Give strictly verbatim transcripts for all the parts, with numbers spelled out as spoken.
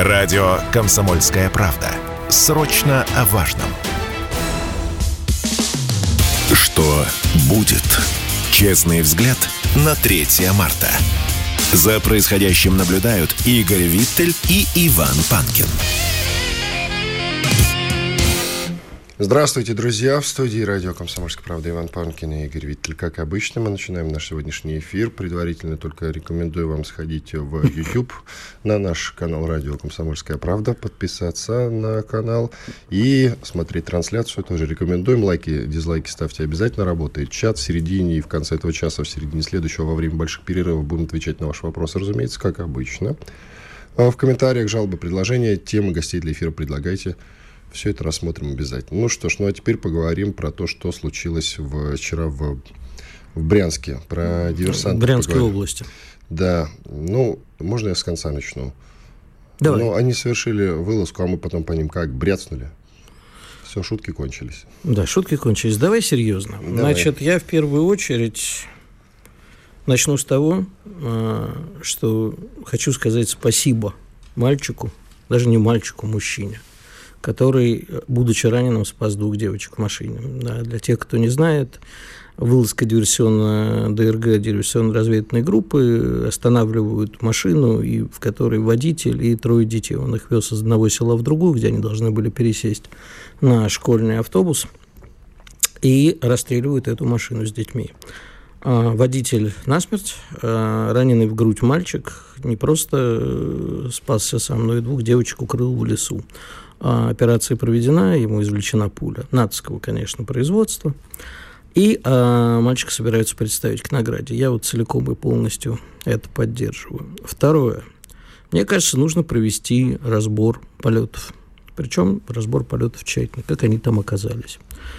Радио «Комсомольская правда». Срочно о важном. Что будет? Честный взгляд на третье марта. За происходящим наблюдают Игорь Виттель и Иван Панкин. Здравствуйте, друзья! В студии радио «Комсомольская правда» Иван Панкин и Игорь Виттель. Как обычно, мы начинаем наш сегодняшний эфир. Предварительно только рекомендую вам сходить в YouTube на наш канал радио «Комсомольская правда», подписаться на канал и смотреть трансляцию. Тоже рекомендуем. Лайки, дизлайки ставьте обязательно. Работает чат в середине и в конце этого часа, в середине следующего, во время больших перерывов будем отвечать на ваши вопросы, разумеется, как обычно. В комментариях жалобы, предложения, темы гостей для эфира предлагайте. Все это рассмотрим обязательно. Ну что ж, ну а теперь поговорим про то, что случилось в, вчера в, в Брянске. Про диверсантов. В Брянской поговорим. области. Да. Ну, можно я с конца начну? Давай. Ну, они совершили вылазку, а мы потом по ним как бряцнули. Все, шутки кончились. Да, шутки кончились. Давай серьезно. Давай. Значит, я в первую очередь начну с того, что хочу сказать спасибо мальчику, даже не мальчику, мужчине, который, будучи раненым, спас двух девочек в машине. Да, для тех, кто не знает, вылазка диверсионной ДРГ, диверсионно-разведывательной группы, останавливают машину, и в которой водитель и трое детей. Он их вез из одного села в другое, где они должны были пересесть на школьный автобус, и расстреливают эту машину с детьми. Водитель насмерть, раненый в грудь мальчик не просто спасся сам, но и двух девочек укрыл в лесу. Операция проведена, ему извлечена пуля натовского, конечно, производства, и а, мальчика собираются представить к награде. Я вот целиком и полностью это поддерживаю. Второе. Мне кажется, нужно провести разбор полетов. Причем разбор полетов тщательно, как они там оказались.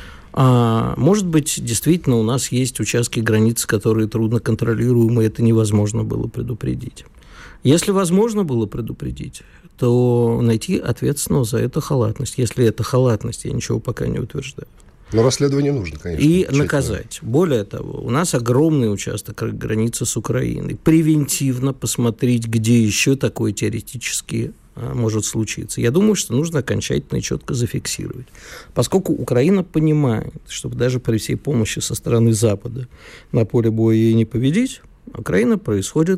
А, может быть, действительно, у нас есть участки границ, которые трудно контролируемы, и это невозможно было предупредить. Если возможно было предупредить, то найти ответственного за это халатность. Если это халатность, я ничего пока не утверждаю. Но расследование нужно, конечно. И наказать. Более того, у нас огромный участок границы с Украиной. Превентивно посмотреть, где еще такое теоретически может случиться. Я думаю, что нужно окончательно и четко зафиксировать. Поскольку Украина понимает, что даже при всей помощи со стороны Запада на поле боя ей не победить, Украина происходит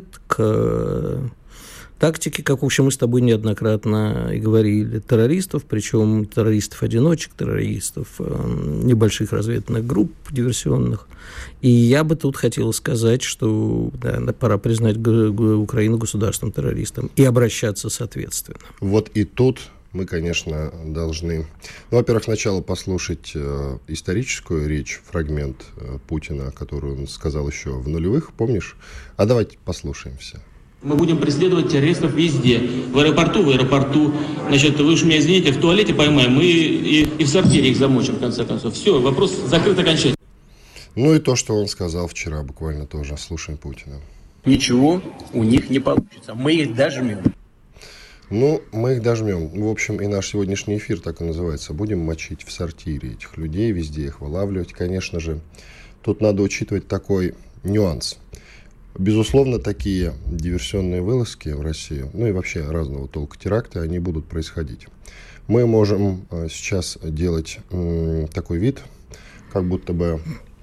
к тактике, как, в общем, мы с тобой неоднократно и говорили, террористов, причем террористов-одиночек, террористов э, небольших разведывательных групп диверсионных. И я бы тут хотел сказать, что да, пора признать г- г- Украину государством-террористом и обращаться соответственно. Вот и тут мы, конечно, должны, ну, во-первых, сначала послушать э, историческую речь, фрагмент э, Путина, которую он сказал еще в нулевых, помнишь? А давайте послушаем все. Мы будем преследовать террористов везде. В аэропорту, в аэропорту. Значит, вы уж меня извините, в туалете поймаем, мы и, и в сортире их замочим, в конце концов. Все, вопрос закрыт окончательно. Ну и то, что он сказал вчера, буквально тоже. Слушаем Путина. Ничего у них не получится. Мы их дожмем. Ну, мы их дожмем. В общем, и наш сегодняшний эфир так и называется. Будем мочить в сортире этих людей, везде их вылавливать. Конечно же, тут надо учитывать такой нюанс. Безусловно, такие диверсионные вылазки в Россию, ну и вообще разного толка теракты, они будут происходить. Мы можем сейчас делать м, такой вид, как будто бы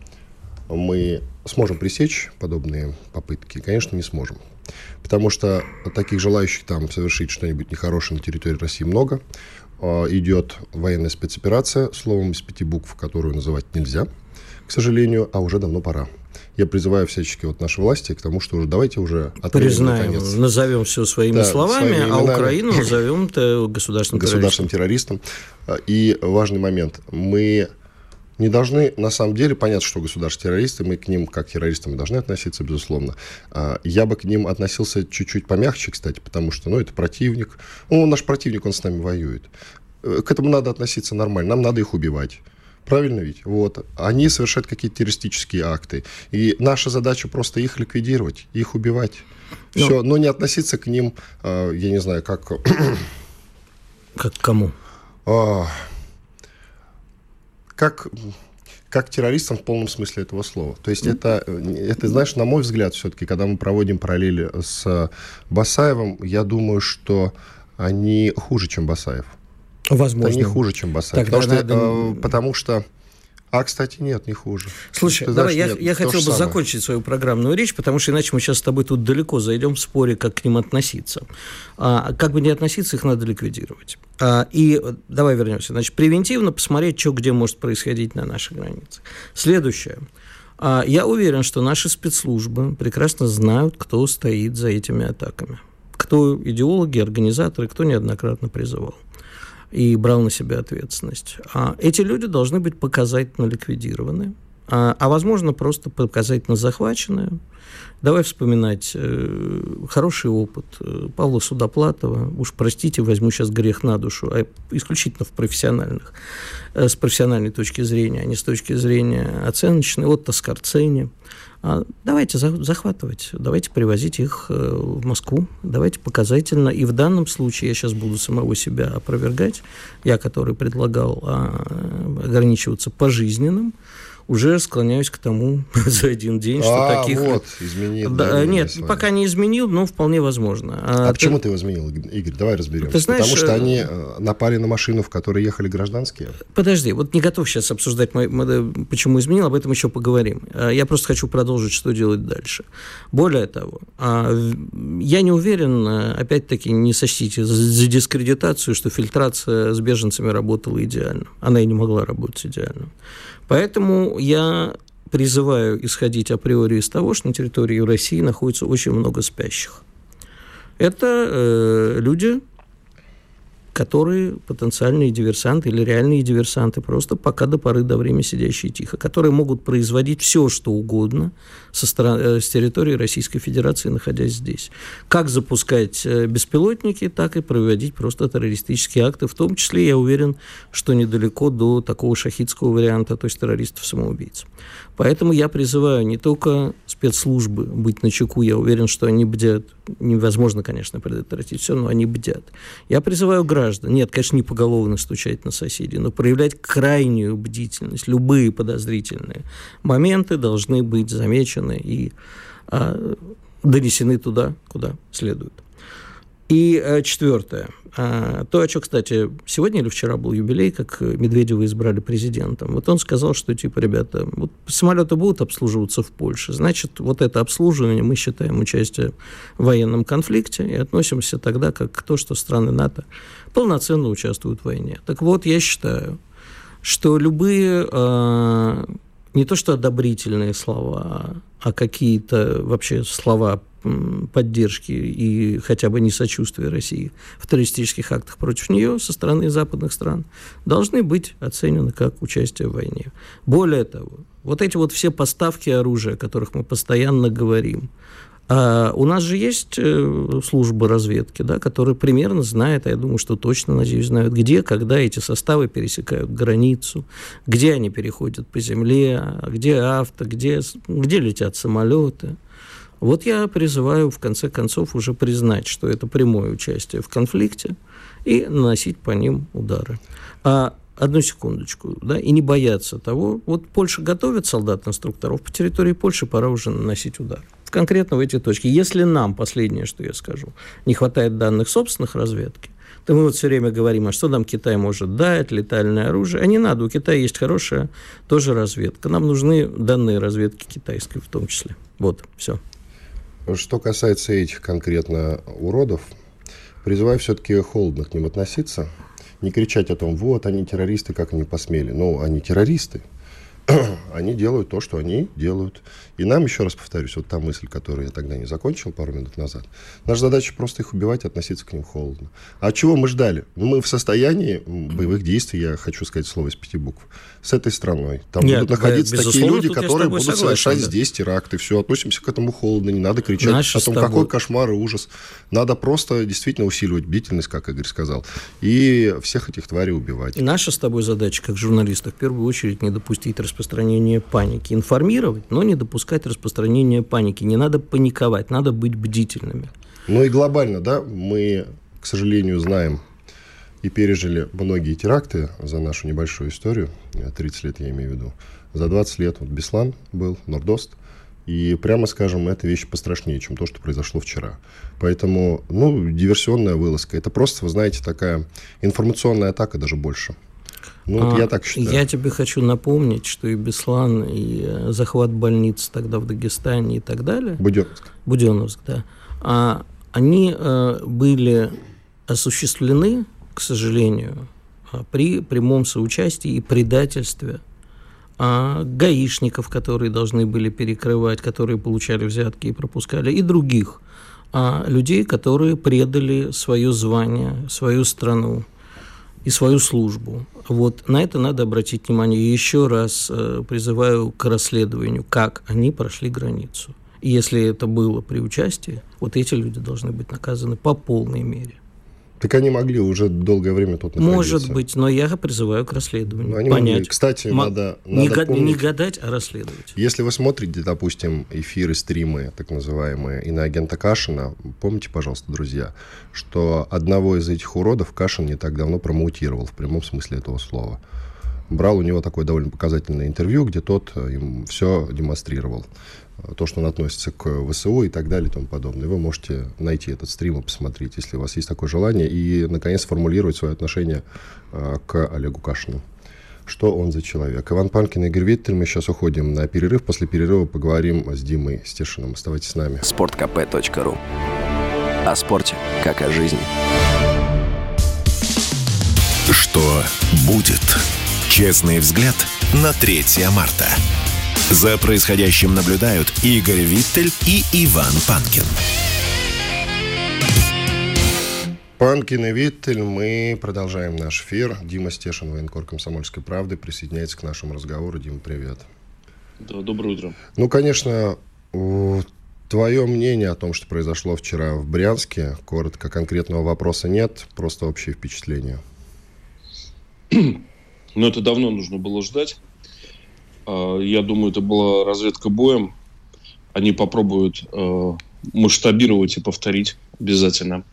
мы сможем пресечь подобные попытки. Конечно, не сможем. Потому что таких желающих там совершить что-нибудь нехорошее на территории России много. Идет военная спецоперация, словом из пяти букв, которую называть нельзя, к сожалению, а уже давно пора. Я призываю всячески вот наши власти к тому, что уже давайте уже отменим, признаем, наконец. Назовем все своими да, словами, своими а Украину назовем государственным, государственным террористом. И важный момент. Мы не должны, на самом деле, понятно, что государства террористы, мы к ним как к террористам должны относиться, безусловно. Я бы к ним относился чуть-чуть помягче, кстати, потому что, ну, это противник. Ну, наш противник, он с нами воюет. К этому надо относиться нормально, нам надо их убивать. Правильно ведь? Вот. Они совершают какие-то террористические акты. И наша задача просто их ликвидировать, их убивать. Но... Все, но не относиться к ним, я не знаю, как... Как к кому? Как... как террористам в полном смысле этого слова. То есть это, это, знаешь, на мой взгляд, все-таки, когда мы проводим параллели с Басаевым, я думаю, что они хуже, чем Басаев. Возможно. Они хуже, чем Басаев. Потому что, надо... э, потому что... А, кстати, нет, не хуже. Слушай, Ты давай, знаешь, я, нет, я хотел бы самое. закончить свою программную речь, потому что иначе мы сейчас с тобой тут далеко зайдем в споре, как к ним относиться. А, как бы не относиться, их надо ликвидировать. А, и давай вернемся. Значит, превентивно посмотреть, что где может происходить на наших границах. Следующее. А, я уверен, что наши спецслужбы прекрасно знают, кто стоит за этими атаками. Кто идеологи, организаторы, кто неоднократно призывал и брал на себя ответственность. А эти люди должны быть показательно ликвидированы, а, а возможно, просто показательно захвачены. Давай вспоминать э, хороший опыт Павла Судоплатова. Уж простите, возьму сейчас грех на душу, а исключительно в профессиональных, э, с профессиональной точки зрения, а не с точки зрения оценочной. Вот Тоскарцени. А давайте захватывать, давайте привозить их в Москву, давайте показательно. И в данном случае я сейчас буду самого себя опровергать. Я, который предлагал а, ограничиваться пожизненным, уже склоняюсь к тому за один день, что а, таких... вот, изменил. Да, нет, пока не изменил, но вполне возможно. А, а почему ты его изменил, Игорь? Давай разберемся. Ты знаешь, потому что они напали на машину, в которой ехали гражданские? Подожди, вот не готов сейчас обсуждать, почему изменил, об этом еще поговорим. Я просто хочу продолжить, что делать дальше. Более того, я не уверен, опять-таки, не сочтите за дискредитацию, что фильтрация с беженцами работала идеально. Она и не могла работать идеально. Поэтому я призываю исходить априори из того, что на территории России находится очень много спящих. Это э, люди, которые потенциальные диверсанты или реальные диверсанты, просто пока до поры до времени сидящие тихо, которые могут производить все, что угодно со стороны, с территории Российской Федерации, находясь здесь. Как запускать беспилотники, так и проводить просто террористические акты, в том числе, я уверен, что недалеко до такого шахидского варианта, то есть террористов-самоубийц. Поэтому я призываю не только спецслужбы быть начеку, я уверен, что они бдят, невозможно, конечно, предотвратить все, но они бдят. Я призываю граждан, нет, конечно, не поголовно стучать на соседей, но проявлять крайнюю бдительность. Любые подозрительные моменты должны быть замечены и а, донесены туда, куда следует. И а, четвертое. А, то, о чем, кстати, сегодня или вчера был юбилей, как Медведева избрали президентом. Вот он сказал, что, типа, ребята, вот самолеты будут обслуживаться в Польше, значит, вот это обслуживание мы считаем участие в военном конфликте и относимся тогда как к то, что страны НАТО полноценно участвуют в войне. Так вот, я считаю, что любые а, не то что одобрительные слова, а какие-то вообще слова поддержки и хотя бы не сочувствия России в террористических актах против нее со стороны западных стран должны быть оценены как участие в войне. Более того, вот эти вот все поставки оружия, о которых мы постоянно говорим, а у нас же есть служба разведки, да, которая примерно знает, а я думаю, что точно, надеюсь, знают, где, когда эти составы пересекают границу, где они переходят по земле, где авто, где, где летят самолеты. Вот я призываю, в конце концов, уже признать, что это прямое участие в конфликте и наносить по ним удары. А одну секундочку, да, и не бояться того. Вот Польша готовит солдат-инструкторов, по территории Польши пора уже наносить удар. Конкретно в эти точки. Если нам, последнее, что я скажу, не хватает данных собственных разведки, то мы вот все время говорим, а что нам Китай может дать, летальное оружие. А не надо, у Китая есть хорошая тоже разведка. Нам нужны данные разведки китайской в том числе. Вот, все. Что касается этих конкретно уродов, призываю все-таки холодно к ним относиться, не кричать о том, вот, они террористы, как они посмели. Ну, они террористы. Они делают то, что они делают. И нам, еще раз повторюсь, вот та мысль, которую я тогда не закончил пару минут назад, наша задача просто их убивать и относиться к ним холодно. А чего мы ждали? Ну, мы в состоянии боевых действий, я хочу сказать слово из пяти букв, с этой страной. Там Нет, будут находиться такие люди, которые будут согласен, совершать да. здесь теракты. Все, относимся к этому холодно, не надо кричать Наши о том, какой кошмар и ужас. Надо просто действительно усиливать бдительность, как Игорь сказал, и всех этих тварей убивать. Наша с тобой задача, как журналистов, в первую очередь не допустить распространения паники. Информировать, но не допускать распространения паники. Не надо паниковать, надо быть бдительными. Ну и глобально, да, мы, к сожалению, знаем и пережили многие теракты за нашу небольшую историю, тридцать лет я имею в виду. За двадцать лет вот Беслан был, Нордост, И, прямо скажем, это вещь пострашнее, чем то, что произошло вчера. Поэтому, ну, диверсионная вылазка. Это просто, вы знаете, такая информационная атака даже больше. Ну, вот а, я так считаю. Я тебе хочу напомнить, что и Беслан, и захват больниц тогда в Дагестане и так далее. Буденновск. Буденновск, да. А, они а, были осуществлены, к сожалению, при прямом соучастии и предательстве а, гаишников, которые должны были перекрывать, которые получали взятки и пропускали, и других а, людей, которые предали свое звание, свою страну и свою службу. Вот на это надо обратить внимание. И еще раз э, призываю к расследованию, как они прошли границу. И если это было при участии, вот эти люди должны быть наказаны по полной мере. Так они могли уже долгое время тут находиться. Может быть, но я призываю к расследованию. Ну, они понять. Могли. Кстати, М- надо, не, надо га- помнить, не гадать, а расследовать. Если вы смотрите, допустим, эфиры, стримы, так называемые, иноагента Кашина, помните, пожалуйста, друзья, что одного из этих уродов Кашин не так давно промоутировал, в прямом смысле этого слова. Брал у него такое довольно показательное интервью, где тот им все демонстрировал. То, что он относится к ВСУ и так далее и тому подобное. Вы можете найти этот стрим и посмотреть, если у вас есть такое желание, и, наконец, формулировать свое отношение э, к Олегу Кашину. Что он за человек? Иван Панкин и Игорь Виттель. Мы сейчас уходим на перерыв. После перерыва поговорим с Димой Стешиным. Оставайтесь с нами. спорт кей пи точка ру. О спорте, как о жизни. Что будет? Честный взгляд на третье марта. За происходящим наблюдают Игорь Виттель и Иван Панкин. Панкин и Виттель, мы продолжаем наш эфир. Дима Стешин, военкор «Комсомольской правды», присоединяется к нашему разговору. Дима, привет. Да, доброе утро. Ну, конечно, твое мнение о том, что произошло вчера в Брянске, коротко, конкретного вопроса нет, просто общее впечатление. Но это давно нужно было ждать. Я думаю, это была разведка боем. Они попробуют масштабировать и повторить обязательно.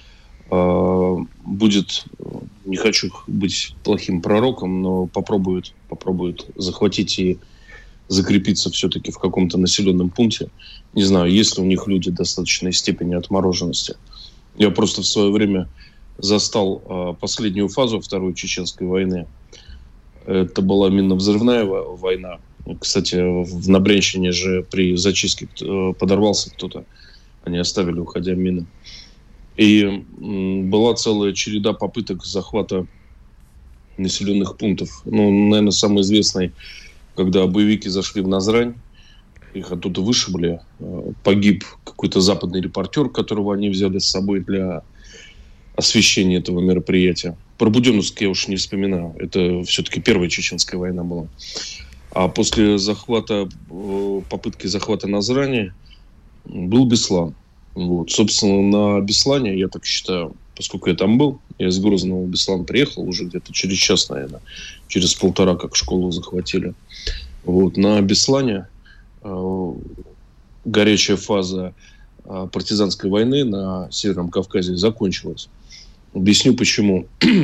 Будет, не хочу быть плохим пророком, но попробуют, попробуют захватить и закрепиться все-таки в каком-то населенном пункте. Не знаю, есть ли у них люди достаточной степени отмороженности. Я просто в свое время застал последнюю фазу Второй Чеченской войны. Это была минно-взрывная война. Кстати, в Набрянщине же при зачистке подорвался кто-то. Они оставили, уходя, мины. И была целая череда попыток захвата населенных пунктов. Ну, наверное, самый известный, когда боевики зашли в Назрань, их оттуда вышибли. Погиб какой-то западный репортер, которого они взяли с собой для освещения этого мероприятия. Про Буденновск я уж не вспоминаю. Это все-таки первая Чеченская война была. А после захвата, попытки захвата Назрани был Беслан. Вот. Собственно, на Беслане, я так считаю, поскольку я там был, я из Грозного в Беслан приехал уже где-то через час, наверное, через полтора, как школу захватили. Вот. На Беслане э, горячая фаза э, партизанской войны на Северном Кавказе закончилась. Объясню, почему.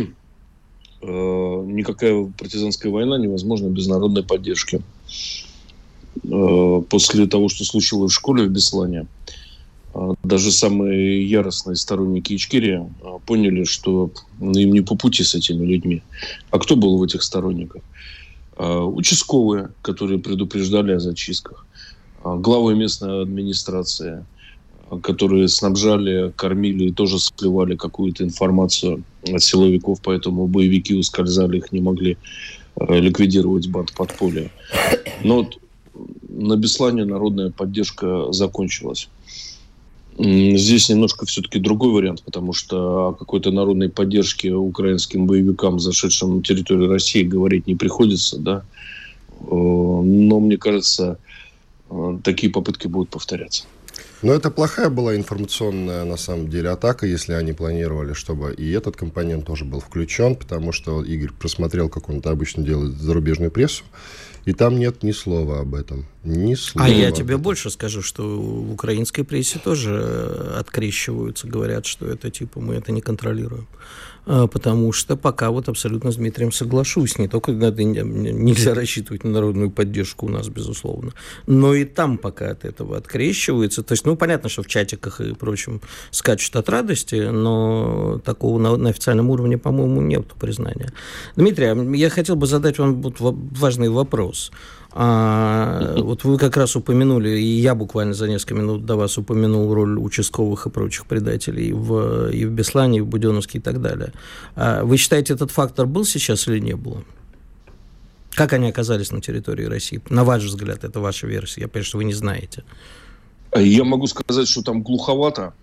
Никакая партизанская война невозможна без народной поддержки. После того, что случилось в школе в Беслане, даже самые яростные сторонники Ичкерии поняли, что им не по пути с этими людьми. А кто был в этих сторонниках? Участковые, которые предупреждали о зачистках. Главы местной администрации, которые снабжали, кормили и тоже сливали какую-то информацию от силовиков, поэтому боевики ускользали, их не могли э, ликвидировать банд подполья. Но вот на Беслане народная поддержка закончилась. Здесь немножко все-таки другой вариант, потому что о какой-то народной поддержке украинским боевикам, зашедшим на территорию России, говорить не приходится, да. Но, мне кажется, такие попытки будут повторяться. Но это плохая была информационная, на самом деле, атака, если они планировали, чтобы и этот компонент тоже был включен, потому что Игорь просмотрел, как он это обычно делает, зарубежную прессу, И там нет ни слова об этом. Ни слова. А я тебе больше скажу, что в украинской прессе тоже открещиваются, говорят, что это типа мы это не контролируем. Потому что пока вот абсолютно с Дмитрием соглашусь. Не только нельзя рассчитывать на народную поддержку у нас, безусловно, но и там пока от этого открещиваются. То есть, ну, понятно, что в чатиках и прочем скачут от радости, но такого на, на официальном уровне, по-моему, нет признания. Дмитрий, я хотел бы задать вам вот важный вопрос. А, вот вы как раз упомянули, и я буквально за несколько минут до вас упомянул роль участковых и прочих предателей в, и в Беслане, и в Буденновске и так далее. А вы считаете, этот фактор был сейчас или не было? Как они оказались на территории России? На ваш взгляд, это ваша версия. Я понимаю, что вы не знаете. Я могу сказать, что там глуховато.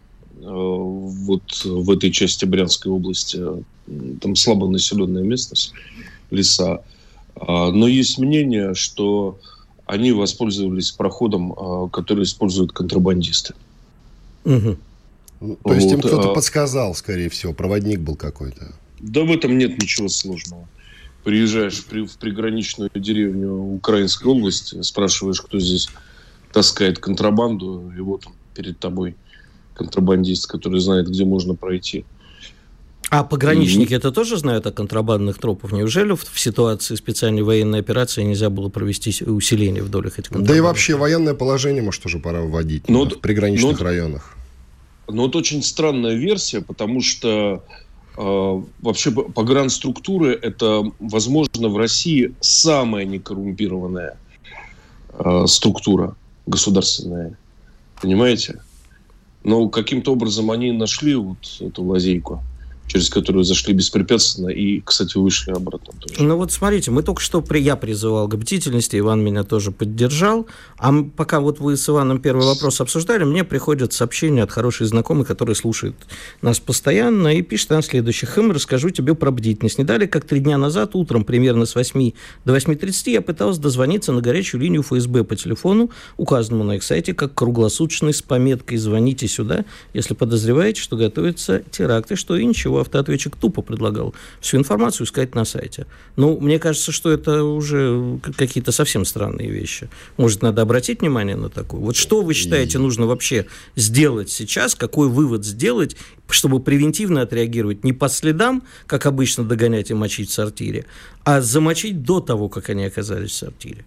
Вот в этой части Брянской области. Там слабонаселенная местность, леса. Но есть мнение, что они воспользовались проходом, который используют контрабандисты. Угу. То есть вот, им кто-то а... подсказал, скорее всего, проводник был какой-то. Да в этом нет ничего сложного. Приезжаешь при, в приграничную деревню Украинской области, спрашиваешь, кто здесь таскает контрабанду, и вот он перед тобой контрабандист, который знает, где можно пройти. А пограничники mm-hmm. это тоже знают о контрабандных тропах? Неужели в, в ситуации специальной военной операции нельзя было провести усиление вдоль этих контрабанд? Да и вообще военное положение, может, уже пора вводить но, в приграничных но, районах. Ну, это очень странная версия, потому что э, вообще погранструктуры – это, возможно, в России самая некоррумпированная э, структура государственная. Понимаете? Но каким-то образом они нашли вот эту лазейку, через которую зашли беспрепятственно и, кстати, вышли обратно тоже. Ну вот смотрите, мы только что, при, я призывал к бдительности, Иван меня тоже поддержал, а пока вот вы с Иваном первый вопрос обсуждали, мне приходят сообщения от хорошей знакомой, которая слушает нас постоянно и пишет нам следующее. Хм, расскажу тебе про бдительность. Не далее, как три дня назад, утром, примерно с восьми до восьми тридцати, я пытался дозвониться на горячую линию эф эс бэ по телефону, указанному на их сайте, как круглосуточный, с пометкой «Звоните сюда, если подозреваете, что готовится теракт», и что и ничего. Автоответчик тупо предлагал всю информацию искать на сайте. Ну, мне кажется, что это уже какие-то совсем странные вещи. Может, надо обратить внимание на такое? Вот что вы считаете нужно вообще сделать сейчас? Какой вывод сделать, чтобы превентивно отреагировать не по следам, как обычно догонять и мочить в сортире, а замочить до того, как они оказались в сортире?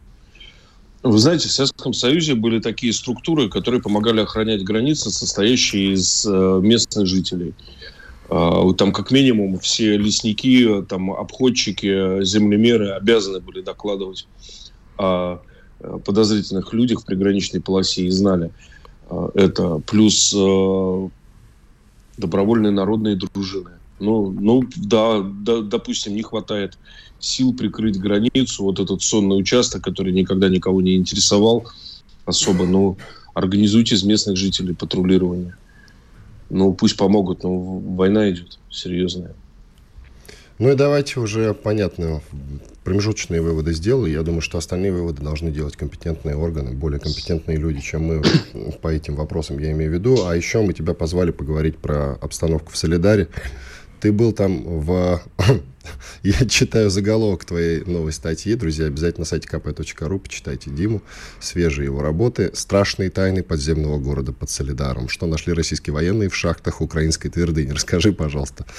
Вы знаете, в Советском Союзе были такие структуры, которые помогали охранять границы, состоящие из местных жителей. Там как минимум все лесники, там, обходчики, землемеры обязаны были докладывать о подозрительных людях в приграничной полосе и знали это. Плюс добровольные народные дружины. Ну, ну да, да, допустим, не хватает сил прикрыть границу, вот этот сонный участок, который никогда никого не интересовал особо, ну, организуйте из местных жителей патрулирование. Ну, пусть помогут, но война идет серьезная. Ну и давайте уже, понятно, промежуточные выводы сделали. Я думаю, что остальные выводы должны делать компетентные органы, более компетентные люди, чем мы по этим вопросам, я имею в виду. А еще мы тебя позвали поговорить про обстановку в Солидаре. Ты был там в... Я читаю заголовок твоей новой статьи. Друзья, обязательно на сайте ка пэ точка ру почитайте Диму, свежие его работы. «Страшные тайны подземного города под Солидаром. Что нашли российские военные в шахтах украинской твердыни». Расскажи, пожалуйста.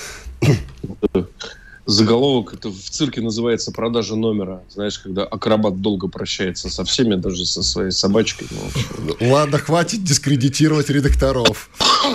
Заголовок, это в цирке называется «Продажа номера». Знаешь, когда акробат долго прощается со всеми, даже со своей собачкой. Ну, ладно, хватит дискредитировать редакторов.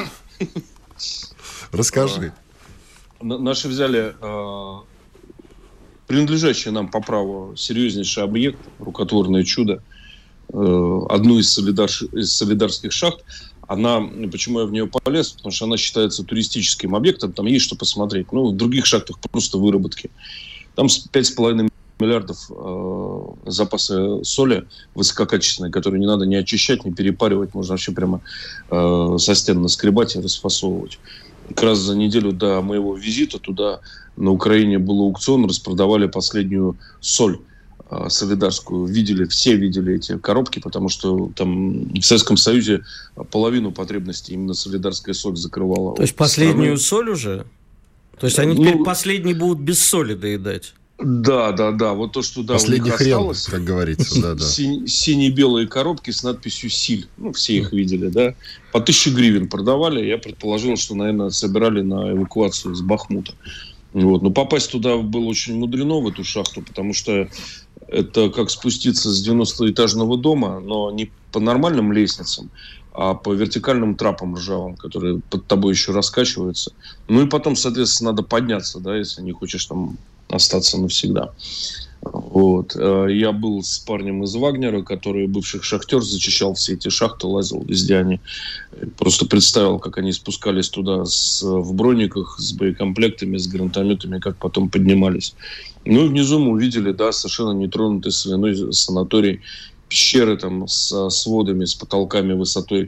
Расскажи. Наши взяли э, принадлежащий нам по праву серьезнейший объект, рукотворное чудо, э, одну из, солидар, из солидарских шахт. Она, почему я в нее полез? Потому что она считается туристическим объектом, там есть что посмотреть. Ну, в других шахтах просто выработки. Там пять с половиной миллиардов э, запасы соли высококачественной, которую не надо ни очищать, ни перепаривать. Можно вообще прямо э, со стен наскребать и расфасовывать. Как раз за неделю до моего визита туда на Украине был аукцион, распродавали последнюю соль э, солидарскую. Видели, все видели эти коробки, потому что там в Советском Союзе половину потребностей именно солидарская соль закрывала. То есть последнюю страны. Соль уже? То есть они ну, теперь последние будут без соли доедать? Да, да, да. Вот то, что да, последний у них хрен, осталось, как говорится, да, да. Синие-белые коробки с надписью «Силь». Ну, все их видели, да. По тысяче гривен продавали. Я предположил, что, наверное, собирали на эвакуацию из Бахмута. Вот. Но попасть туда было очень мудрено, в эту шахту, потому что это как спуститься с девяностоэтажного дома, но не по нормальным лестницам, а по вертикальным трапам ржавым, которые под тобой еще раскачиваются. Ну и потом, соответственно, надо подняться, да, если не хочешь там остаться навсегда. Вот. Я был с парнем из Вагнера, который бывший шахтер, зачищал все эти шахты, лазил везде они. Просто представил, как они спускались туда с, в брониках, с боекомплектами, с гранатометами, как потом поднимались. Ну и внизу мы увидели, да, совершенно нетронутый соляной санаторий, пещеры там со сводами, с потолками высотой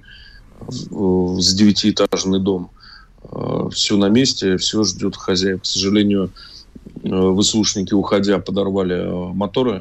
с девятиэтажный дом. Все на месте, все ждет хозяев. К сожалению, ВСУшники, уходя, подорвали моторы,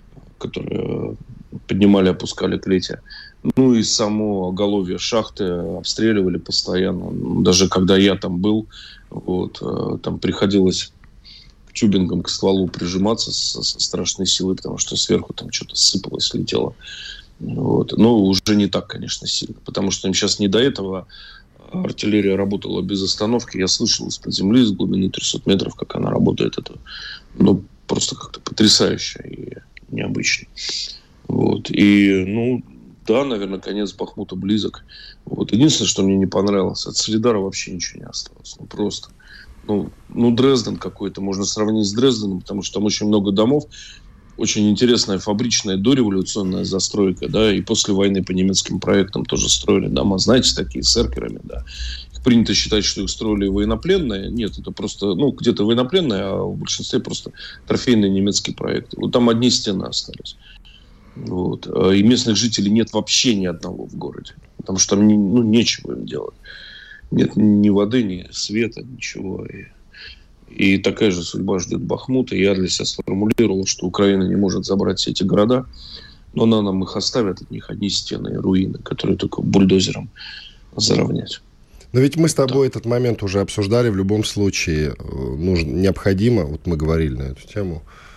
которые поднимали, опускали клетия. Ну и само оголовье шахты обстреливали постоянно. Даже когда я там был, вот, там приходилось к тюбингам, к стволу прижиматься со, со страшной силой, потому что сверху там что-то сыпалось, летело. Вот. Но уже не так, конечно, сильно, потому что им сейчас не до этого. Артиллерия работала без остановки. Я слышал из-под земли, с глубины трехсот метров, как она работает. Это, ну, просто как-то потрясающе и необычно. Вот. И, ну, да, наверное, конец Бахмута близок. Вот. Единственное, что мне не понравилось, от Солидара вообще ничего не осталось. Ну, просто. Ну, ну, Дрезден какой-то можно сравнить с Дрезденом, потому что там очень много домов. Очень интересная фабричная дореволюционная застройка, да, и после войны по немецким проектам тоже строили дома, знаете, такие с эркерами, да. Их принято считать, что их строили военнопленные. Нет, это просто, ну, где-то военнопленные, а в большинстве просто трофейные немецкие проекты. Вот там одни стены остались. Вот. И местных жителей нет вообще ни одного в городе, потому что там, ну, нечего им делать. Нет ни воды, ни света, ничего. И... И такая же судьба ждет Бахмута. Я для себя сформулировал, что Украина не может забрать все эти города, но она нам их оставит, от них одни стены и руины, которые только бульдозером заровнять. Но ведь мы с тобой да. этот момент уже обсуждали. В любом случае нужно, необходимо, вот мы говорили на эту тему,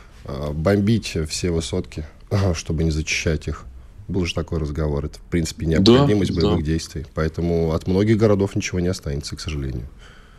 бомбить все высотки, чтобы не зачищать их. Был же такой разговор. Это, в принципе, необходимость да, боевых да. действий. Поэтому от многих городов ничего не останется, к сожалению.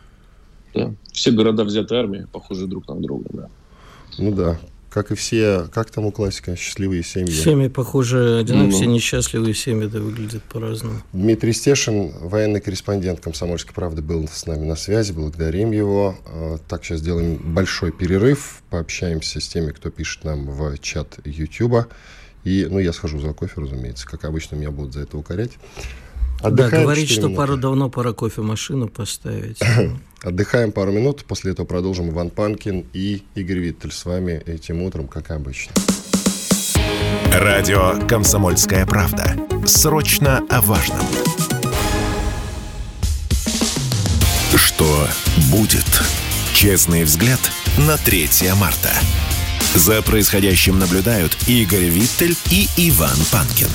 Да. Все города взяты армией, похожи друг на друга, да. Ну да. Как и все, как там у классика, счастливые семьи. Семьи, похоже, одинаково, ну, все несчастливые семьи, да, выглядят по-разному. Дмитрий Стешин, военный корреспондент «Комсомольской правды», был с нами на связи, благодарим его. Так, сейчас сделаем большой перерыв, пообщаемся с теми, кто пишет нам в чат Ютьюба. И, ну, я схожу за кофе, разумеется, как обычно, меня будут за это укорять. Отдыхаем да, говорит, что пару давно пора кофемашину поставить. Отдыхаем пару минут, после этого продолжим. Иван Панкин и Игорь Виттель с вами этим утром, как обычно. Радио «Комсомольская правда». Срочно о важном. Что будет? Честный взгляд на третье марта. За происходящим наблюдают Игорь Виттель и Иван Панкин.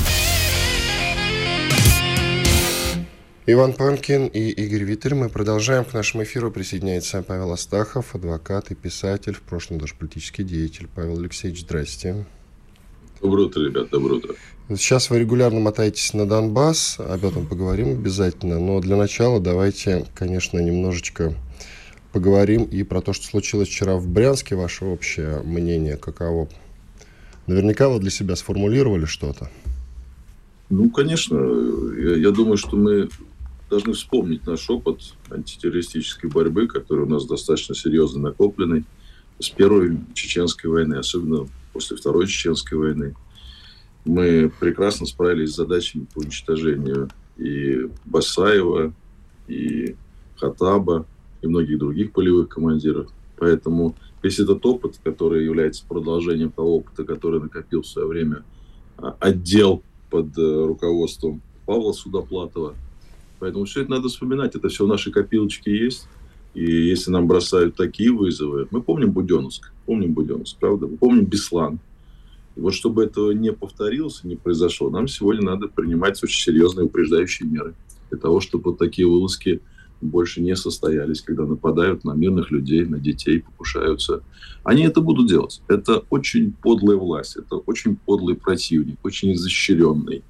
Иван Панкин и Игорь Виттель. Мы продолжаем. К нашему эфиру присоединяется Павел Астахов, адвокат и писатель, в прошлом даже политический деятель. Павел Алексеевич, здрасте. Доброе утро, ребят, доброе утро. Сейчас вы регулярно мотаетесь на Донбасс, об этом поговорим обязательно. Но для начала давайте, конечно, немножечко поговорим и про то, что случилось вчера в Брянске. Ваше общее мнение каково? Наверняка вы для себя сформулировали что-то. Ну, конечно, я, я думаю, что мы должны вспомнить наш опыт антитеррористической борьбы, который у нас достаточно серьезно накопленный с первой чеченской войны, особенно после второй чеченской войны. Мы прекрасно справились с задачами по уничтожению и Басаева, и Хаттаба, и многих других полевых командиров. Поэтому весь этот опыт, который является продолжением того опыта, который накопил в свое время отдел под руководством Павла Судоплатова. Поэтому все это надо вспоминать. Это все в нашей копилочке есть. И если нам бросают такие вызовы... Мы помним Буденновск. Помним Буденновск, правда? Мы помним Беслан. И вот чтобы этого не повторилось, не произошло, нам сегодня надо принимать очень серьезные упреждающие меры. Для того, чтобы вот такие вылазки больше не состоялись, когда нападают на мирных людей, на детей, покушаются. Они это будут делать. Это очень подлая власть, это очень подлый противник, очень изощренный,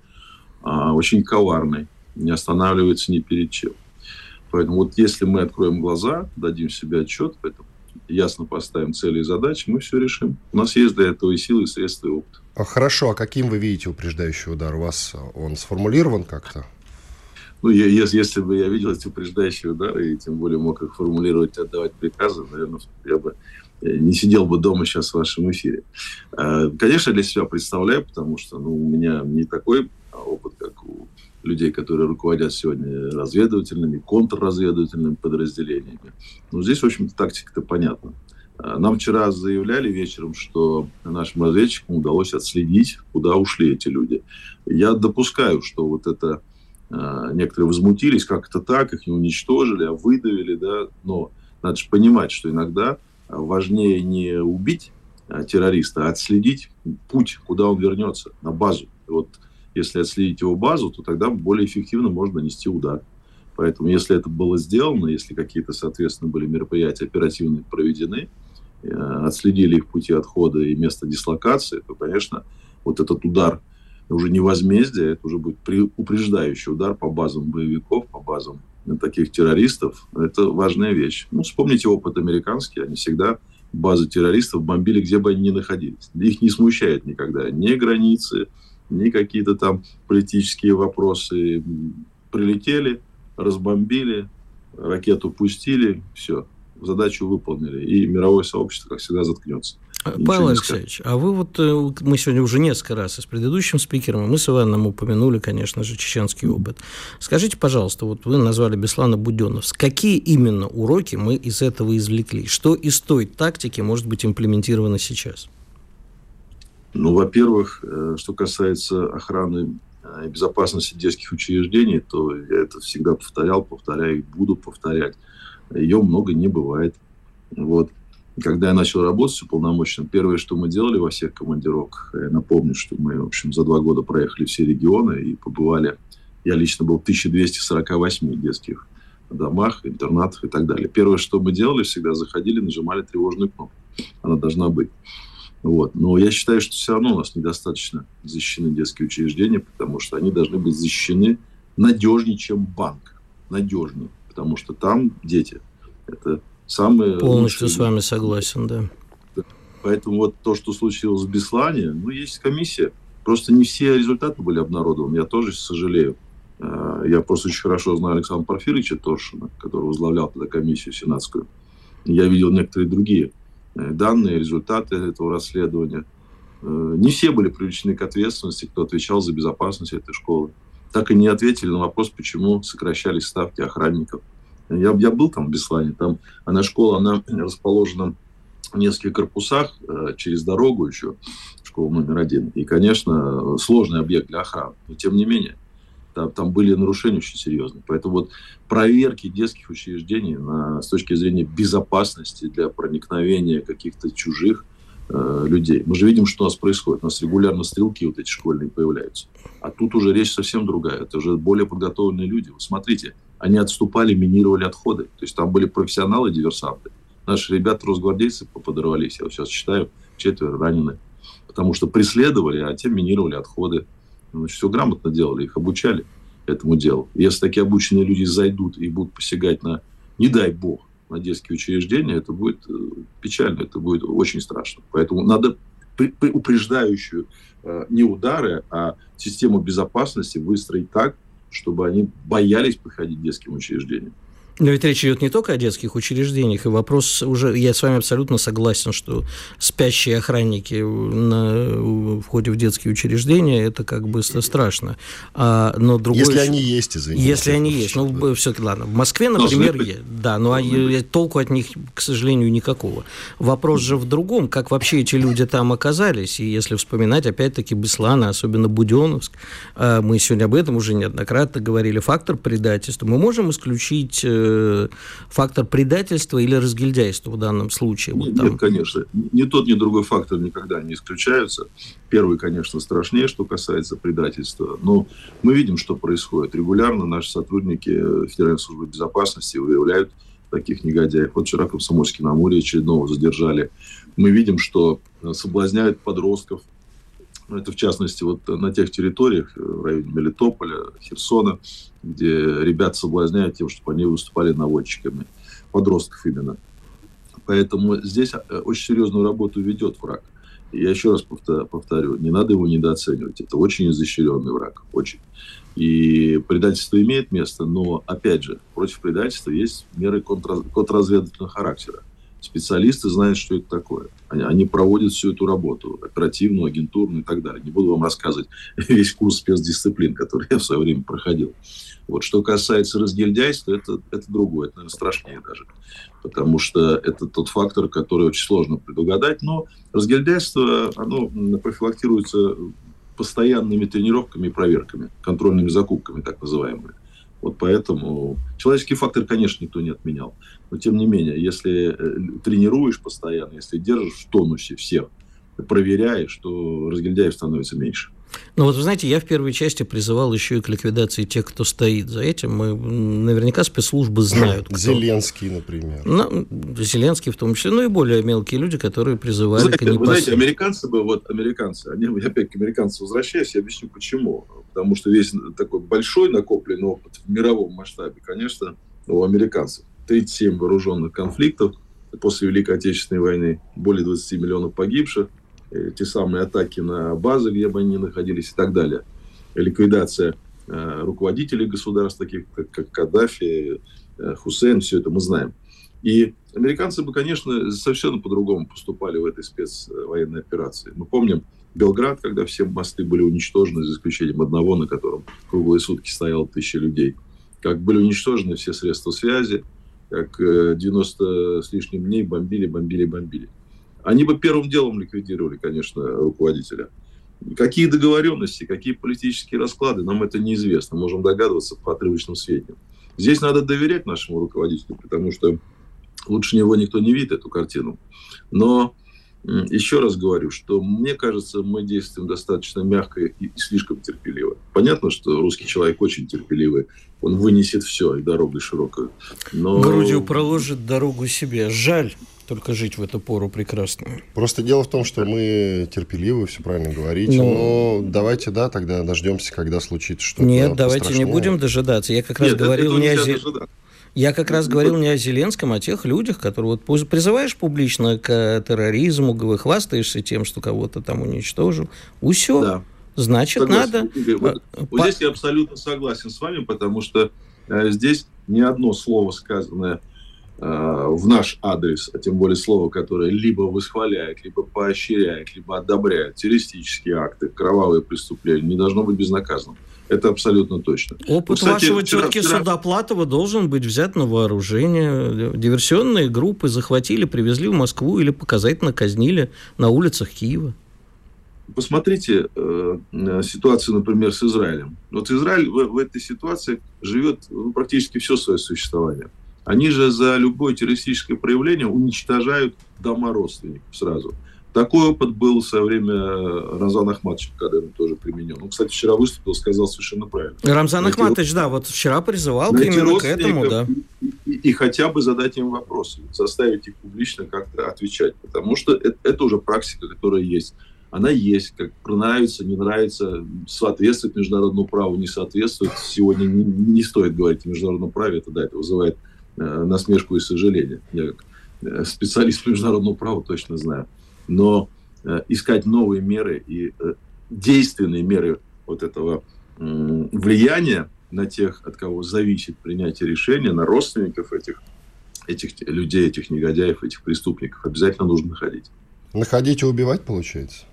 очень коварный, не останавливается ни перед чем. Поэтому вот если мы откроем глаза, дадим себе отчет, поэтому ясно поставим цели и задачи, мы все решим. У нас есть для этого и силы, и средства, и опыт. Хорошо, а каким вы видите упреждающий удар? У вас он сформулирован как-то? Ну, я, если, если бы я видел эти упреждающие удары, и тем более мог их формулировать, отдавать приказы, наверное, я бы не сидел бы дома сейчас в вашем эфире. Конечно, для себя представляю, потому что ну, у меня не такой опыт, как у людей, которые руководят сегодня разведывательными, контрразведывательными подразделениями. Но здесь, в общем-то, тактика-то понятна. Нам вчера заявляли вечером, что нашим разведчикам удалось отследить, куда ушли эти люди. Я допускаю, что вот это некоторые возмутились, как это так, их не уничтожили, а выдавили, да, но надо же понимать, что иногда важнее не убить террориста, а отследить путь, куда он вернется, на базу. И вот если отследить его базу, то тогда более эффективно можно нанести удар. Поэтому если это было сделано, если какие-то, соответственно, были мероприятия оперативно проведены, отследили их пути отхода и место дислокации, то, конечно, вот этот удар уже не возмездие, это уже будет упреждающий удар по базам боевиков, по базам таких террористов. Это важная вещь. Ну, вспомните опыт американский. Они всегда базы террористов бомбили, где бы они ни находились. Их не смущает никогда ни границы, ни какие-то там политические вопросы. Прилетели, разбомбили, ракету пустили, все. Задачу выполнили. И мировое сообщество, как всегда, заткнется. Ничего Павел Алексеевич, а вы вот, мы сегодня уже несколько раз и с предыдущим спикером, мы с Иваном упомянули, конечно же, чеченский опыт. Скажите, пожалуйста, вот вы назвали Беслана Буденновск. Какие именно уроки мы из этого извлекли? Что из той тактики может быть имплементировано сейчас? Ну, во-первых, что касается охраны и безопасности детских учреждений, то я это всегда повторял, повторяю и буду повторять. Ее много не бывает. Вот. Когда я начал работать с уполномоченным, первое, что мы делали во всех командировках, я напомню, что мы, в общем, за два года проехали все регионы и побывали, я лично был в тысяча двести сорок восемь детских домах, интернатах и так далее. Первое, что мы делали, всегда заходили, нажимали тревожную кнопку. Она должна быть. Вот. Но я считаю, что все равно у нас недостаточно защищены детские учреждения, потому что они должны быть защищены надежнее, чем банк. Надежнее. Потому что там дети. Это самые Полностью лучшие... с вами согласен, да. Поэтому вот то, что случилось в Беслане, ну, есть комиссия. Просто не все результаты были обнародованы. Я тоже сожалею. Я просто очень хорошо знаю Александра Порфирьевича Торшина, который возглавлял тогда комиссию сенатскую. Я видел некоторые другие данные, результаты этого расследования. Не все были привлечены к ответственности, кто отвечал за безопасность этой школы. Так и не ответили на вопрос, почему сокращались ставки охранников. Я, я был там в Беслане, там она школа, она расположена в нескольких корпусах, через дорогу еще, школа номер один. И, конечно, сложный объект для охраны. Но, тем не менее, там, там были нарушения очень серьезные. Поэтому вот проверки детских учреждений на, с точки зрения безопасности для проникновения каких-то чужих э, людей. Мы же видим, что у нас происходит. У нас регулярно стрелки вот эти школьные появляются. А тут уже речь совсем другая. Это уже более подготовленные люди. Вот смотрите, они отступали, минировали отходы. То есть там были профессионалы, диверсанты. Наши ребята, росгвардейцы, подорвались. Я вот сейчас читаю, четверо ранены. Потому что преследовали, а те минировали отходы. Значит, все грамотно делали, их обучали этому делу. Если такие обученные люди зайдут и будут посягать на, не дай бог, на детские учреждения, это будет печально, это будет очень страшно. Поэтому надо упреждающую не удары, а систему безопасности выстроить так, чтобы они боялись приходить к детским учреждениям. Но ведь речь идет не только о детских учреждениях, и вопрос уже, я с вами абсолютно согласен, что спящие охранники на входе в детские учреждения, это как бы страшно. А, но другое... Если они есть, извините. Если они есть. Ну, да. Все-таки, ладно, в Москве, например, есть. Да, но толку от них, к сожалению, никакого. Вопрос же в другом, как вообще эти люди там оказались, и если вспоминать, опять-таки, Беслана, особенно Буденновск, мы сегодня об этом уже неоднократно говорили, фактор предательства, мы можем исключить э, фактор предательства или разгильдяйства в данном случае? Нет, вот там... нет, конечно. Ни тот, ни другой фактор никогда не исключаются. Первый, конечно, страшнее, что касается предательства. Но мы видим, что происходит. Регулярно наши сотрудники Федеральной службы безопасности выявляют таких негодяев. Вот вчера Комсомольский на Амуре очередного задержали. Мы видим, что соблазняют подростков. Это, в частности, вот на тех территориях в районе Мелитополя, Херсона, где ребят соблазняют тем, чтобы они выступали наводчиками. Подростков именно. Поэтому здесь очень серьезную работу ведет враг. И я еще раз повторю, не надо его недооценивать. Это очень изощренный враг. Очень. И предательство имеет место, но, опять же, против предательства есть меры контрраз... контрразведывательного характера. Специалисты знают, что это такое. Они, они проводят всю эту работу, оперативную, агентурную и так далее. Не буду вам рассказывать весь курс спецдисциплин, который я в свое время проходил. Вот. Что касается разгильдяйства, это, это другое, это, наверное, страшнее даже. Потому что это тот фактор, который очень сложно предугадать. Но разгильдяйство, оно профилактируется постоянными тренировками и проверками, контрольными закупками, так называемыми. Вот поэтому человеческий фактор, конечно, никто не отменял. Но, тем не менее, если тренируешь постоянно, если держишь в тонусе всех, проверяешь, то разгильдяев становится меньше. Ну вот, вы знаете, я в первой части призывал еще и к ликвидации тех, кто стоит за этим. Мы, наверняка спецслужбы знают, кто. Зеленский, например. Ну, Зеленский в том числе, ну и более мелкие люди, которые призывали знаете, к непосредственно. Вы знаете, американцы бы, вот американцы, они, я опять к американцам возвращаюсь, я объясню почему. Потому что весь такой большой накопленный опыт в мировом масштабе, конечно, у американцев. тридцать семь вооруженных конфликтов после Великой Отечественной войны, более двадцать миллионов погибших, те самые атаки на базы, где бы они находились и так далее. Ликвидация э, руководителей государств, таких как, как Каддафи, э, Хусейн, все это мы знаем. И американцы бы, конечно, совершенно по-другому поступали в этой спецвоенной операции. Мы помним Белград, когда все мосты были уничтожены, за исключением одного, на котором круглые сутки стояло тысячи людей. Как были уничтожены все средства связи, как э, девяносто с лишним дней бомбили, бомбили, бомбили. Они бы первым делом ликвидировали, конечно, руководителя. Какие договоренности, какие политические расклады, нам это неизвестно. Можем догадываться по отрывочным сведениям. Здесь надо доверять нашему руководителю, потому что лучше него никто не видит эту картину. Но еще раз говорю, что мне кажется, мы действуем достаточно мягко и слишком терпеливо. Понятно, что русский человек очень терпеливый. Он вынесет все, и дорогой широкую. Но... грудью проложит дорогу себе. Жаль. Только жить в эту пору прекрасно. Просто дело в том, что мы терпеливы, все правильно говорите. Но, но давайте, да, тогда дождемся, когда случится что-то. Нет, давайте не будем дожидаться. Я как раз Нет, говорил не о Зе... Я как раз говорил не о Зеленском, а о тех людях, которые вот призываешь публично к терроризму, хвастаешься тем, что кого-то там уничтожил. Усё. Да. Значит, согласен. Надо... Вот, вот По... здесь я абсолютно согласен с вами, потому что э, здесь ни одно слово, сказанное в наш адрес, а тем более слово, которое либо восхваляет, либо поощряет, либо одобряет террористические акты, кровавые преступления, не должно быть безнаказанным. Это абсолютно точно. Опыт ну, кстати, вашего вчера, тетки вчера... Судоплатова должен быть взят на вооружение. Диверсионные группы захватили, привезли в Москву или показательно казнили на улицах Киева. Посмотрите э, ситуацию, например, с Израилем. Вот Израиль в, в этой ситуации живет ну, практически все свое существование. Они же за любое террористическое проявление уничтожают дома родственников сразу. Такой опыт был в свое время Рамзан Ахматович, когда он тоже применен. Он, кстати, вчера выступил, сказал совершенно правильно. Рамзан найти Ахматович, да, вот вчера призывал именно к этому, да. И, и, и хотя бы задать им вопросы, заставить их публично как-то отвечать. Потому что это, это уже практика, которая есть. Она есть, как нравится, не нравится, соответствует международному праву, не соответствует. Сегодня не, не стоит говорить о международном праве, это, да, это вызывает э, насмешку и сожаление. Я как специалист по международному праву точно знаю. Но э, искать новые меры и э, действенные меры вот этого э, влияния на тех, от кого зависит принятие решения, на родственников этих, этих людей, этих негодяев, этих преступников, обязательно нужно находить. Находить и убивать, получается?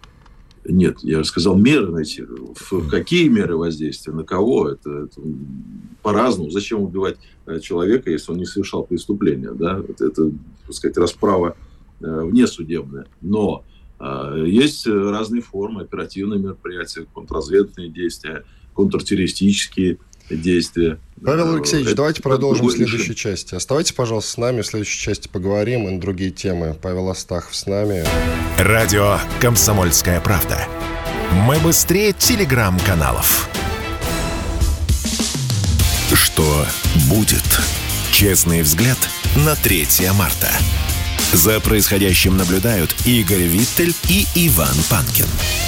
Нет, я же сказал, меры найти. В какие меры воздействия, на кого, это, это по-разному. Зачем убивать человека, если он не совершал преступления? Да? Это, это, так сказать, расправа внесудебная. Но э, есть разные формы, оперативные мероприятия, контрразведывательные действия, контртеррористические действия. Павел Алексеевич, это, давайте продолжим в следующей решение. части. Оставайтесь, пожалуйста, с нами. В следующей части поговорим и на другие темы. Павел Астахов с нами. Радио «Комсомольская правда». Мы быстрее телеграм-каналов. Что будет? Честный взгляд на третье марта. За происходящим наблюдают Игорь Виттель и Иван Панкин.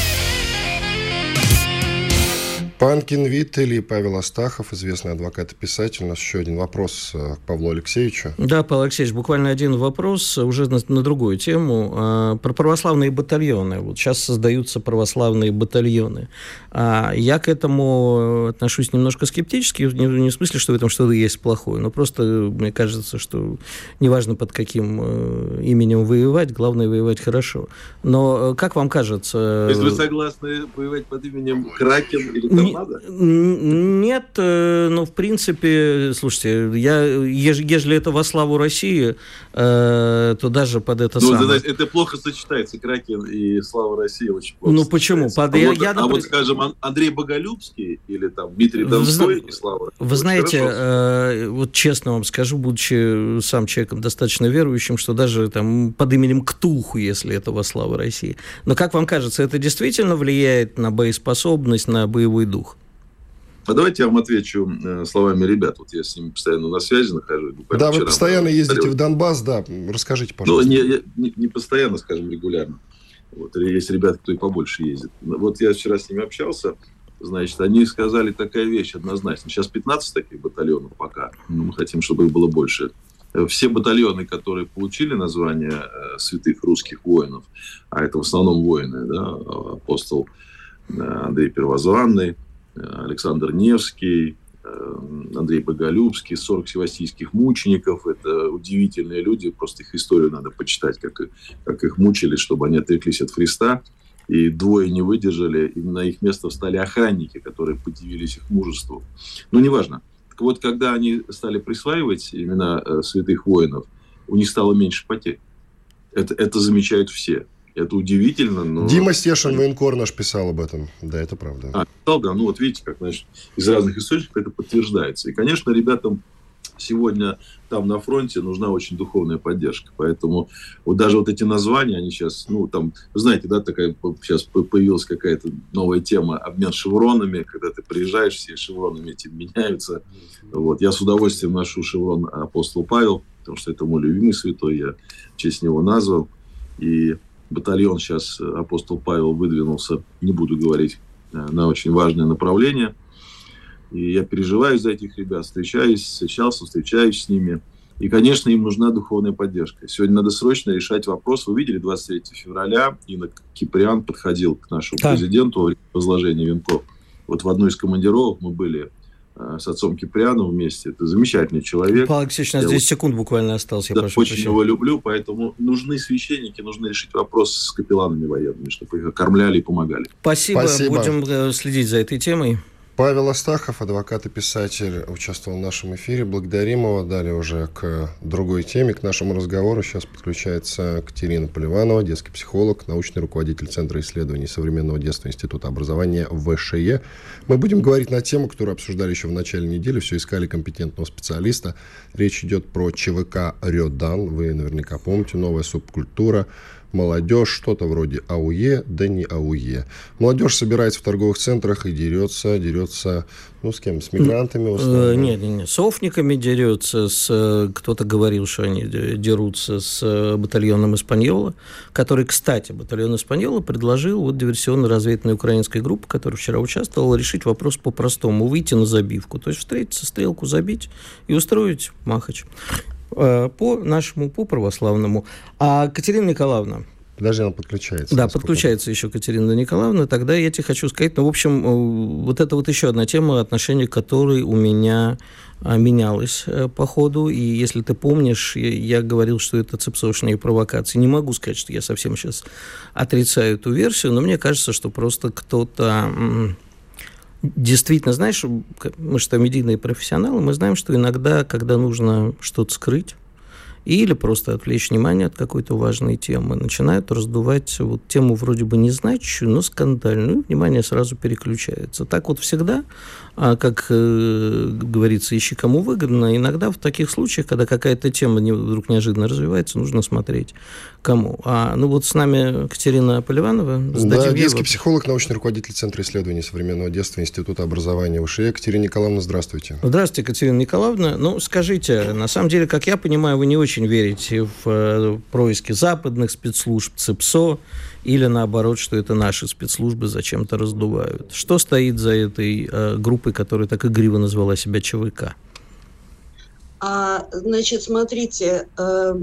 Панкин, Виттель и Павел Астахов, известный адвокат и писатель. У нас еще один вопрос к Павлу Алексеевичу. Да, Павел Алексеевич, буквально один вопрос уже на, на другую тему. А, про православные батальоны. Вот сейчас создаются православные батальоны. А, я к этому отношусь немножко скептически, не, не в смысле, что в этом что-то есть плохое, но просто мне кажется, что неважно под каким э, именем воевать, главное воевать хорошо. Но как вам кажется... То есть вы согласны воевать под именем Кракен или там? Надо? Нет, ну, в принципе, слушайте, я, ежели это во славу России, то даже под это ну, самое... Это, это плохо сочетается, Кракен и слава России очень плохо. Ну, почему? Под... А, я, вот, я, а например... вот, скажем, Андрей Боголюбский или там Дмитрий Донской вы, и слава России. Вы знаете, э, вот честно вам скажу, будучи сам человеком достаточно верующим, что даже там под именем Ктулху, если это во славу России. Но, как вам кажется, это действительно влияет на боеспособность, на боевой дух? А давайте я вам отвечу э, словами ребят. Вот я с ними постоянно на связи нахожусь. Да, вы постоянно ездите в Донбасс, да. Расскажите, пожалуйста. Ну, не, не, не постоянно, скажем, регулярно. Вот. Есть ребята, кто и побольше ездит. Вот я вчера с ними общался. Значит, они сказали такая вещь однозначно. Сейчас пятнадцать таких батальонов пока. Но мы хотим, чтобы их было больше. Все батальоны, которые получили название э, святых русских воинов, а это в основном воины, да, апостол э, Андрей Первозванный, Александр Невский, Андрей Боголюбский, сорок севастийских мучеников. Это удивительные люди, просто их историю надо почитать, как, как их мучили, чтобы они отреклись от Христа. И двое не выдержали, и на их место встали охранники, которые подивились их мужеству. Но неважно. Так вот, когда они стали присваивать имена святых воинов, у них стало меньше потерь. Это, это замечают все. Это удивительно, но... Дима Стешин, военкор наш, писал об этом. Да, это правда. А, писал, да. Ну, вот видите, как, значит, из разных источников это подтверждается. И, конечно, ребятам сегодня там на фронте нужна очень духовная поддержка. Поэтому вот даже вот эти названия, они сейчас, ну, там, знаете, да, такая сейчас появилась какая-то новая тема, обмен шевронами, когда ты приезжаешь, все шевронами эти меняются. Вот. Я с удовольствием ношу шеврон апостол Павел, потому что это мой любимый святой, я в честь него назвал. И батальон сейчас апостол Павел выдвинулся, не буду говорить, на очень важное направление. И я переживаю за этих ребят, встречаюсь, встречался, встречаюсь с ними. И, конечно, им нужна духовная поддержка. Сегодня надо срочно решать вопрос. Вы видели, двадцать третьего февраля Инок Киприан подходил к нашему да. президенту во время возложения венков. Вот в одной из командировок мы были с отцом Киприаном вместе. Это замечательный человек. Павел Алексеевич, у нас десять секунд буквально осталось. Я да, прошу очень прощения. его люблю, поэтому нужны священники, нужно решить вопрос с капелланами военными, чтобы их кормляли и помогали. Спасибо. Спасибо. Будем следить за этой темой. Павел Астахов, адвокат и писатель, участвовал в нашем эфире. Благодарим его. Далее уже к другой теме, к нашему разговору. Сейчас подключается Катерина Поливанова, детский психолог, научный руководитель Центра исследований современного детства Института образования ВШЕ. Мы будем говорить на тему, которую обсуждали еще в начале недели. Все искали компетентного специалиста. Речь идет про ЧВК «Рёдан». Вы наверняка помните, новая субкультура. Молодежь, что-то вроде АУЕ, да не АУЕ. Молодежь собирается в торговых центрах и дерется, дерется, ну, с кем? С мигрантами? Э, нет, нет, нет, с офниками дерется, с, кто-то говорил, что они дерутся с батальоном «Испаньола», который, кстати, батальон «Испаньола» предложил вот диверсионно-разведывательной украинской группе, которая вчера участвовала, решить вопрос по-простому, выйти на забивку, то есть встретиться, стрелку забить и устроить махач. По нашему, по православному. А Катерина Николаевна... Подожди, она подключается. Да, подключается еще Катерина Николаевна. Тогда я тебе хочу сказать, ну, в общем, вот это вот еще одна тема, отношение к которой у меня менялось по ходу. И если ты помнишь, я, я говорил, что это цепсошные провокации. Не могу сказать, что я совсем сейчас отрицаю эту версию, но мне кажется, что просто кто-то... Действительно, знаешь, мы что, медийные профессионалы, мы знаем, что иногда, когда нужно что-то скрыть, или просто отвлечь внимание от какой-то важной темы, начинают раздувать вот тему вроде бы незначащую, но скандальную, и внимание сразу переключается. Так вот всегда, а как э, говорится, ищи кому выгодно, иногда в таких случаях, когда какая-то тема не, вдруг неожиданно развивается, нужно смотреть кому. А, ну вот с нами Катерина Поливанова. Да, детский ей... психолог, научный руководитель Центра исследований современного детства Института образования ВШЭ. Екатерина Николаевна, здравствуйте. Здравствуйте, Екатерина Николаевна. Ну, скажите, на самом деле, как я понимаю, вы не очень верите в э, происки западных спецслужб, ЦИПСО, или наоборот, что это наши спецслужбы зачем-то раздувают. Что стоит за этой э, группой, которая так игриво назвала себя ЧВК? А, значит, смотрите, э,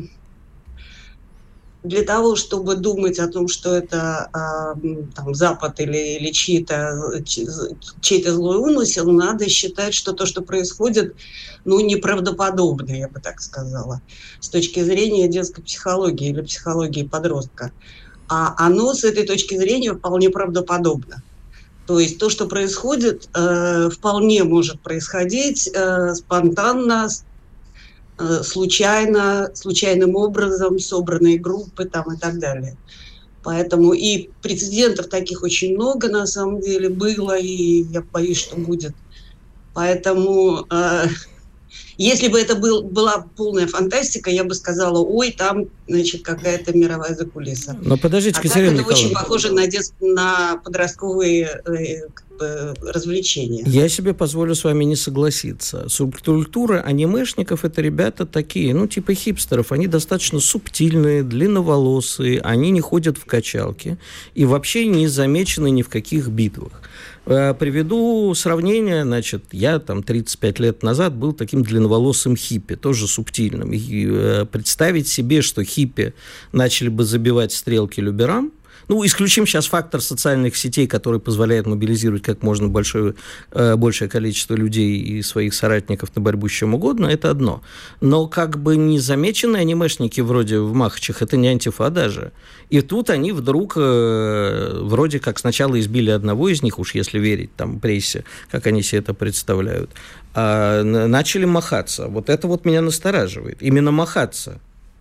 для того, чтобы думать о том, что это э, там, Запад или, или чей-то, чей-то злой умысел, надо считать, что то, что происходит, ну, неправдоподобно, я бы так сказала, с точки зрения детской психологии или психологии подростка. А оно с этой точки зрения вполне правдоподобно. То есть то, что происходит, э, вполне может происходить э, спонтанно, э, случайно, случайным образом, собранные группы там, и так далее. Поэтому и прецедентов таких очень много на самом деле было, и я боюсь, что будет. Поэтому... Э, Если бы это был, была полная фантастика, я бы сказала, ой, там, значит, какая-то мировая закулиса. Но подождите, а Катерина так это Николаевна. очень похоже на, дет... на подростковые э, как бы, развлечения. Я себе позволю с вами не согласиться. Субкультура анимешников – это ребята такие, ну, типа хипстеров. Они достаточно субтильные, длинноволосые, они не ходят в качалки и вообще не замечены ни в каких битвах. Приведу сравнение, значит, я там тридцать пять лет назад был таким длинноволосым хиппи, тоже субтильным. И представить себе, что хиппи начали бы забивать стрелки люберам, ну, исключим сейчас фактор социальных сетей, который позволяет мобилизировать как можно большое, большее количество людей и своих соратников на борьбу с чем угодно, это одно. Но как бы незамеченные анимешники вроде в Махачах, это не антифа даже. И тут они вдруг вроде как сначала избили одного из них, уж если верить там прессе, как они себе это представляют, а начали махаться. Вот это вот меня настораживает. Именно махаться.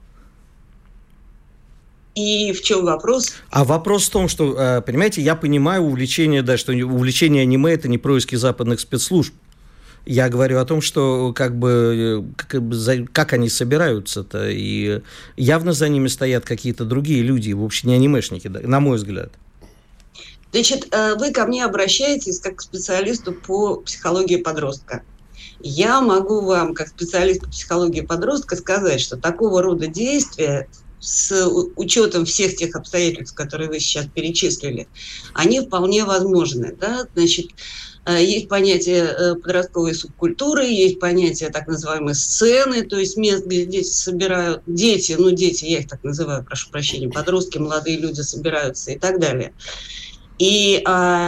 И в чем вопрос? А вопрос в том, что, понимаете, я понимаю увлечение, да, что увлечение аниме – это не происки западных спецслужб. Я говорю о том, что как бы, как, как они собираются-то, и явно за ними стоят какие-то другие люди, вообще не анимешники, да, на мой взгляд. Значит, вы ко мне обращаетесь как к специалисту по психологии подростка. Я могу вам, как специалист по психологии подростка, сказать, что такого рода действия с учетом всех тех обстоятельств, которые вы сейчас перечислили, они вполне возможны. Да? Значит, есть понятие подростковой субкультуры, есть понятие так называемой сцены, то есть мест, где дети собирают, дети, ну дети, я их так называю, прошу прощения, подростки, молодые люди собираются и так далее. И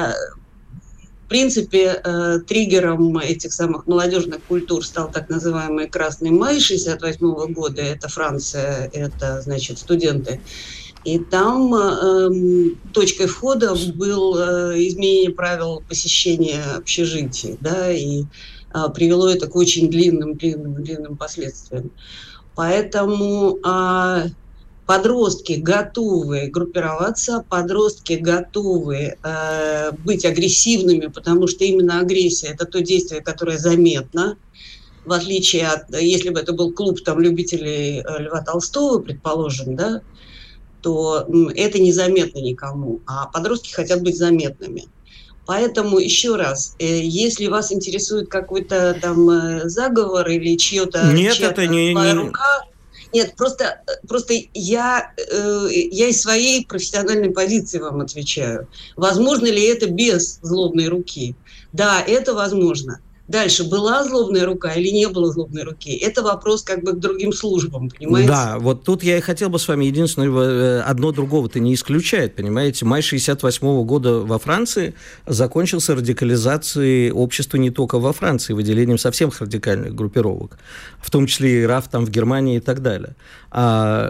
в принципе, э, триггером этих самых молодежных культур стал так называемый «Красный май» шестьдесят восьмого года. Это Франция, это, значит, студенты. И там э, точкой входа было э, изменение правил посещения общежитий, да, и э, привело это к очень длинным, длинным, длинным последствиям. Поэтому... Э, Подростки готовы группироваться, подростки готовы э, быть агрессивными, потому что именно агрессия – это то действие, которое заметно, в отличие от, если бы это был клуб там, любителей Льва Толстого, предположим, да, то это незаметно никому, а подростки хотят быть заметными. Поэтому еще раз, если вас интересует какой-то там заговор или чьё-то, Нет, чья-то это не, не... рука... Нет, просто, просто я, э, я из своей профессиональной позиции вам отвечаю. Возможно ли это без злобной руки? Да, это возможно. Дальше, была злобная рука или не было злобной руки? Это вопрос как бы к другим службам, понимаете? Да, вот тут я и хотел бы с вами, единственное, одно другого-то не исключает, понимаете? Май шестьдесят восьмого года во Франции закончился радикализацией общества не только во Франции, выделением совсем радикальных группировок, в том числе и РАФ там в Германии и так далее. А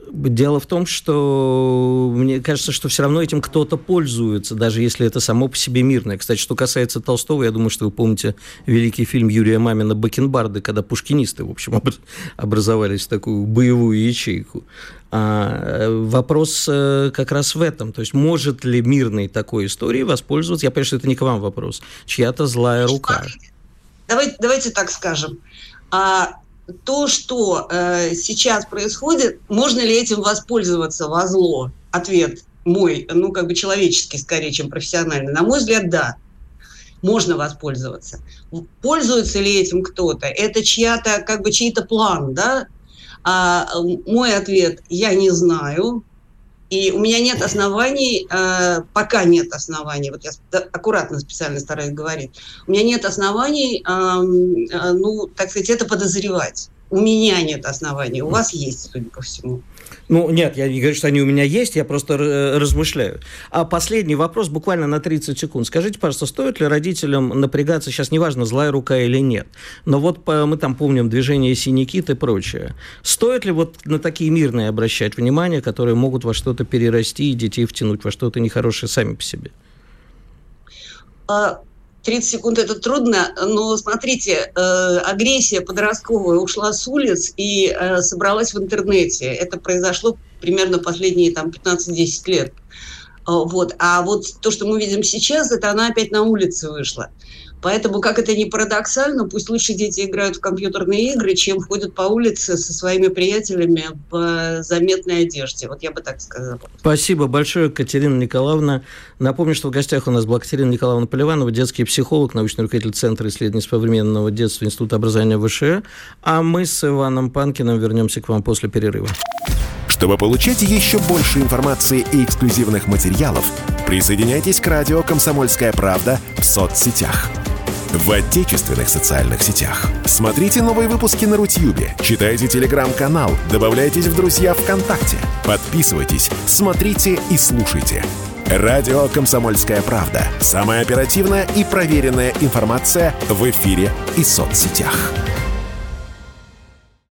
Дело в том, что мне кажется, что все равно этим кто-то пользуется, даже если это само по себе мирное. Кстати, что касается Толстого, я думаю, что вы помните великий фильм Юрия Мамина «Бакенбарды», когда пушкинисты, в общем, образовались в такую боевую ячейку. А вопрос как раз в этом. То есть может ли мирной такой историей воспользоваться, я понимаю, что это не к вам вопрос, чья-то злая рука? Давайте, давайте так скажем. А то, что э, сейчас происходит, можно ли этим воспользоваться во зло? Ответ мой, ну, как бы человеческий скорее, чем профессиональный. На мой взгляд, да. Можно воспользоваться. Пользуется ли этим кто-то? Это чья-то, как бы чей-то план, да? А мой ответ – я не знаю. И у меня нет оснований, э, пока нет оснований, вот я аккуратно специально стараюсь говорить, у меня нет оснований, э, э, ну, так сказать, это подозревать. У меня нет оснований, у вас есть, судя по всему. Ну, нет, я не говорю, что они у меня есть, я просто размышляю. А последний вопрос, буквально на тридцать секунд. Скажите, пожалуйста, стоит ли родителям напрягаться, сейчас неважно, злая рука или нет, но вот мы там помним движение «Синий кит» и прочее. Стоит ли вот на такие мирные обращать внимание, которые могут во что-то перерасти и детей втянуть во что-то нехорошее сами по себе? тридцать секунд – это трудно, но смотрите, э, агрессия подростковая ушла с улиц и э, собралась в интернете. Это произошло примерно последние там, пятнадцать-десять лет. Вот. А вот то, что мы видим сейчас, это она опять на улице вышла. Поэтому, как это ни парадоксально, пусть лучше дети играют в компьютерные игры, чем ходят по улице со своими приятелями в заметной одежде. Вот я бы так сказала. Спасибо большое, Катерина Николаевна. Напомню, что в гостях у нас была Катерина Николаевна Поливанова, детский психолог, научный руководитель Центра исследований современного детства Института образования ВШЭ. А мы с Иваном Панкиным вернемся к вам после перерыва. Чтобы получать еще больше информации и эксклюзивных материалов, присоединяйтесь к радио «Комсомольская правда» в соцсетях. В отечественных социальных сетях. Смотрите новые выпуски на Рутьюбе, читайте телеграм-канал, добавляйтесь в друзья ВКонтакте, подписывайтесь, смотрите и слушайте. Радио «Комсомольская правда». Самая оперативная и проверенная информация в эфире и соцсетях.